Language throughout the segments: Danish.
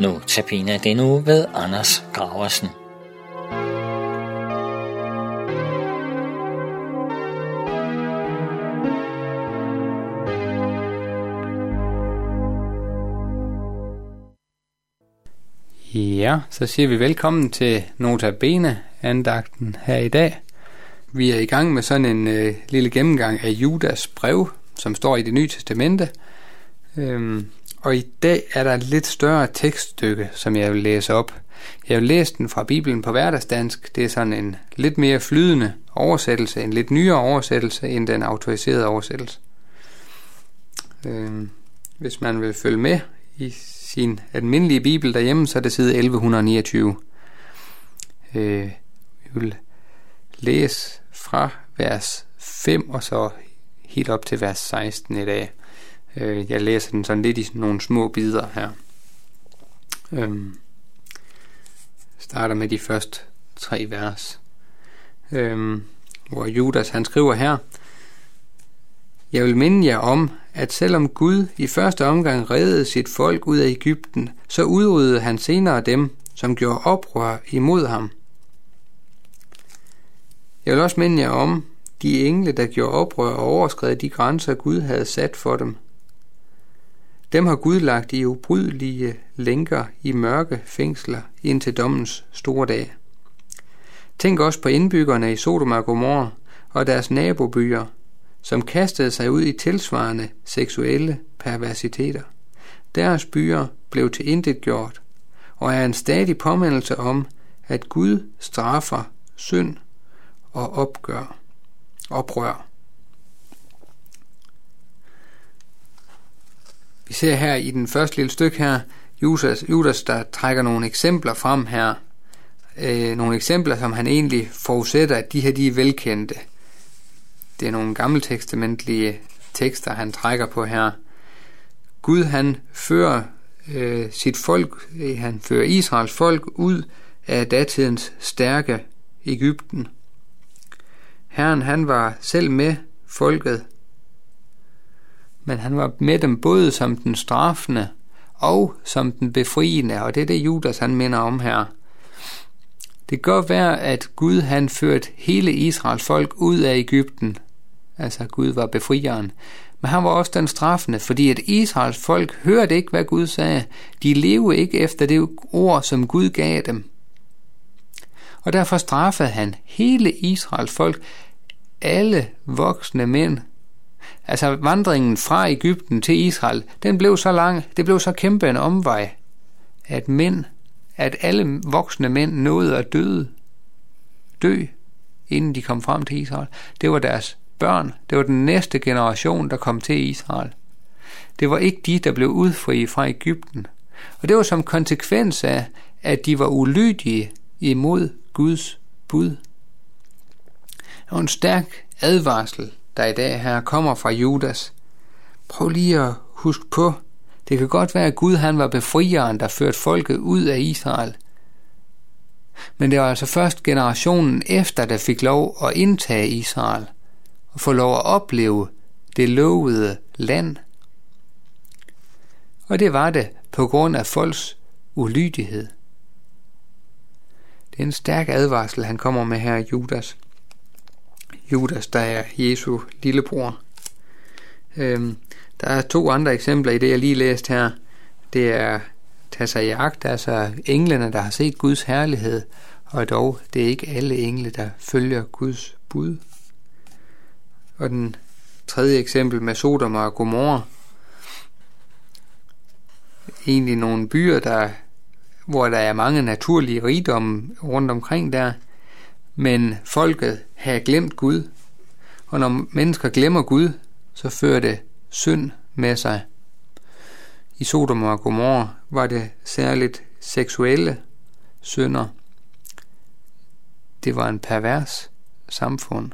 Notabene denne uge ved Anders Graversen. Ja, så siger vi velkommen til Notabene-andagten her i dag. Vi er i gang med sådan en lille gennemgang af Judas brev, som står i Det Nye Testamente. Og i dag er der et lidt større tekststykke, som jeg vil læse op. Jeg vil læse den fra Bibelen på hverdagsdansk. Det er sådan en lidt mere flydende oversættelse, en lidt nyere oversættelse end den autoriserede oversættelse. Hvis man vil følge med i sin almindelige bibel derhjemme, så er det side 1129. Vi vil læse fra vers 5 og så helt op til vers 16 i dag. Jeg læser den sådan lidt i nogle små bidder her. Starter med de første 3 vers, hvor Judas han skriver her: Jeg vil minde jer om, at selvom Gud i første omgang reddede sit folk ud af Egypten, så udryddede han senere dem, som gjorde oprør imod ham. Jeg vil også minde jer om de engle, der gjorde oprør og overskred de grænser, Gud havde sat for dem. Dem har Gud lagt i ubrydelige lænker i mørke fængsler indtil dommens store dag. Tænk også på indbyggerne i Sodoma og Gomorra og deres nabobyer, som kastede sig ud i tilsvarende seksuelle perversiteter. Deres byer blev tilintetgjort, og er en stadig påmindelse om, at Gud straffer synd og oprør. Vi ser her i den første lille stykke her, Judas der trækker nogle eksempler frem her. Nogle eksempler, som han egentlig forudsætter, at de her de er velkendte. Det er nogle gammeltestamentlige tekster, han trækker på her. Gud han fører sit folk, han fører Israels folk ud af datidens stærke Egypten. Herren han var selv med folket, men han var med dem både som den straffende og som den befriende, og det er det Judas han minder om her. Det kan godt være, at Gud han førte hele Israels folk ud af Egypten, altså Gud var befrieren, men han var også den straffende, fordi at Israels folk hørte ikke, hvad Gud sagde. De levede ikke efter det ord, som Gud gav dem. Og derfor straffede han hele Israels folk, alle voksne mænd. Altså vandringen fra Egypten til Israel, den blev så lang, det blev så kæmpe en omvej, at alle voksne mænd nåede at dø, inden de kom frem til Israel. Det var deres børn, det var den næste generation, der kom til Israel. Det var ikke de, der blev udfriet fra Egypten. Og det var som konsekvens af, at de var ulydige imod Guds bud. Det var en stærk advarsel, der i dag her kommer fra Judas. Prøv lige at huske på, det kan godt være, at Gud han var befrieren, der førte folket ud af Israel. Men det var altså først generationen efter, der fik lov at indtage Israel og få lov at opleve det lovede land. Og det var det på grund af folks ulydighed. Det er en stærk advarsel, han kommer med her, Judas. Judas, der er Jesu lillebror. Der er 2 andre eksempler i det, jeg lige læste her. Det er tage sig i agt, altså englene, der har set Guds herlighed, og dog, det er ikke alle engle, der følger Guds bud. Og den 3. eksempel med Sodoma og Gomorra. Egentlig nogle byer, hvor der er mange naturlige rigdomme rundt omkring der, men folket havde glemt Gud. Og når mennesker glemmer Gud, så fører det synd med sig. I Sodoma og Gomorra var det særligt seksuelle synder. Det var en pervers samfund.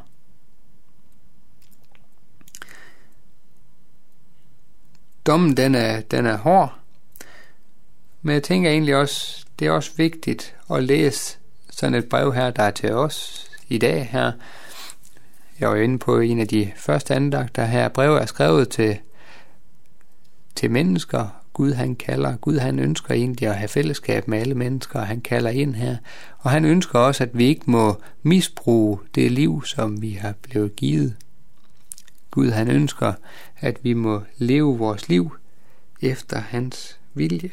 Dommen den er hård, men jeg tænker egentlig også, det er også vigtigt at læse sådan et brev her, der er til os i dag her. Jeg var inde på en af de første andagter her. Brevet er skrevet til mennesker Gud han kalder. Gud han ønsker egentlig at have fællesskab med alle mennesker, og han kalder ind her. Og han ønsker også, at vi ikke må misbruge det liv, som vi har blevet givet. Gud han ønsker, at vi må leve vores liv efter hans vilje.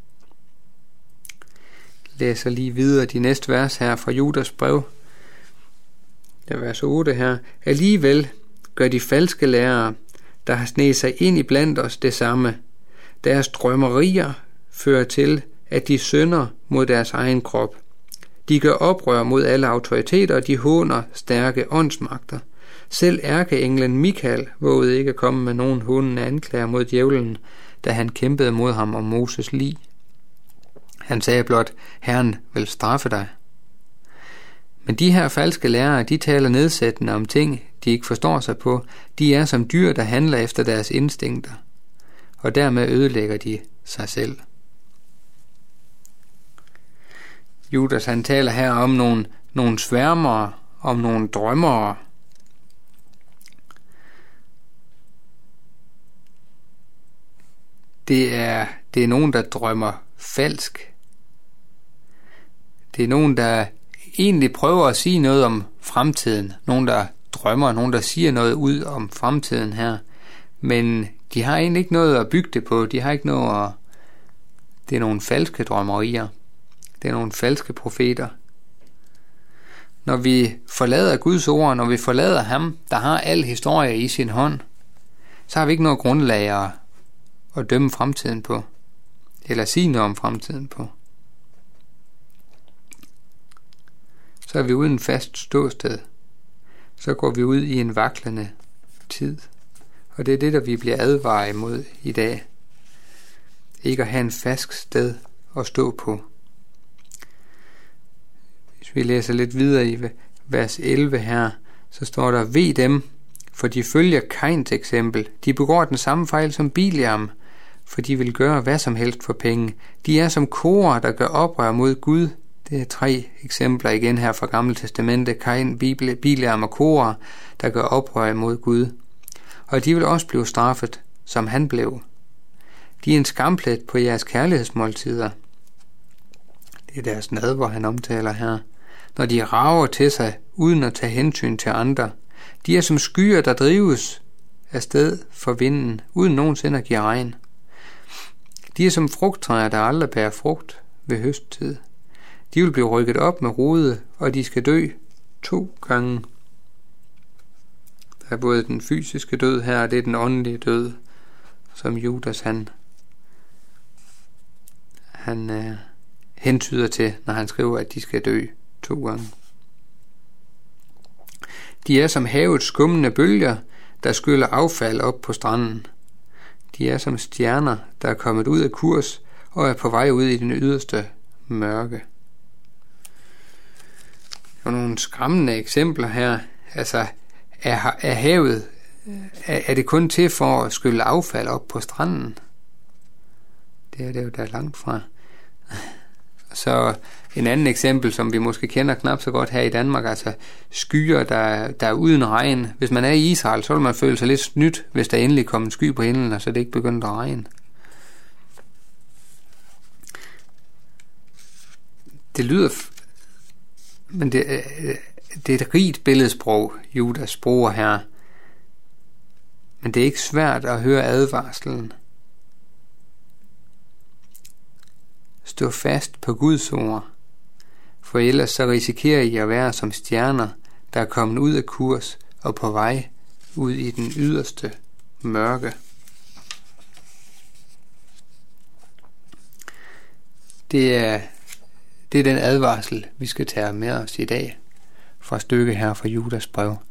Læser lige videre de næste vers her fra Judas brev. Der er vers 8 her. Alligevel gør de falske lærere, der har sneget sig ind i blandt os, det samme. Deres drømmerier fører til, at de synder mod deres egen krop. De gør oprør mod alle autoriteter, og de håner stærke åndsmagter. Selv ærkeenglen Mikael vågede ikke at komme med nogen hånende anklager mod djævlen, da han kæmpede mod ham om Moses lig. Han sagde blot, Herren vil straffe dig. Men de her falske lærere, de taler nedsættende om ting, de ikke forstår sig på. De er som dyr, der handler efter deres instinkter, og dermed ødelægger de sig selv. Judas han taler her om nogle sværmere, om nogle drømmere. Det er nogen, der drømmer falsk. Det er nogen, der egentlig prøver at sige noget om fremtiden. Nogen, der drømmer, nogen, der siger noget ud om fremtiden her. Men de har egentlig ikke noget at bygge det på. De har ikke noget at... Det er nogle falske drømmerier. Det er nogle falske profeter. Når vi forlader Guds ord, når vi forlader ham, der har al historie i sin hånd, så har vi ikke noget grundlag at dømme fremtiden på. Eller sige noget om fremtiden på. Så er vi uden fast ståsted. Så går vi ud i en vaklende tid. Og det er det, der vi bliver advaret imod i dag. Ikke at have en fast sted at stå på. Hvis vi læser lidt videre i vers 11 her, så står der, ved dem, for de følger Kains eksempel. De begår den samme fejl som Biliam, for de vil gøre hvad som helst for penge. De er som Kora, der gør oprør mod Gud. Det er 3 eksempler igen her fra Gamle Testamente. Kain, Biliam og Kora, der gør oprør mod Gud. Og de vil også blive straffet, som han blev. De er en skamplet på jeres kærlighedsmåltider. Det er deres nadver, han omtaler her. Når de rager til sig, uden at tage hensyn til andre. De er som skyer, der drives afsted for vinden, uden nogensinde at give regn. De er som frugttræer, der aldrig bærer frugt ved høsttid. De vil blive rykket op med rode, og de skal dø 2 gange. Der er både den fysiske død her, og det er den åndelige død, som Judas han hentyder til, når han skriver, at de skal dø 2 gange. De er som havets skummende bølger, der skyller affald op på stranden. De er som stjerner, der er kommet ud af kurs og er på vej ud i den yderste mørke. Og nogle skræmmende eksempler her. Altså, er havet, er det kun til for at skylle affald op på stranden? Det er det jo der langt fra. Så en anden eksempel, som vi måske kender knap så godt her i Danmark, altså skyer, der er uden regn. Hvis man er i Israel, så vil man føle sig lidt snydt, hvis der endelig kommer en sky på himlen, og så det ikke begynder at regne. Det lyder... Men det er et rigt billedsprog, Judas bruger her. Men det er ikke svært at høre advarslen. Stå fast på Guds ord, for ellers så risikerer I at være som stjerner, der er kommet ud af kurs og på vej ud i den yderste mørke. Det er den advarsel, vi skal tage med os i dag fra stykket her fra Judas brev.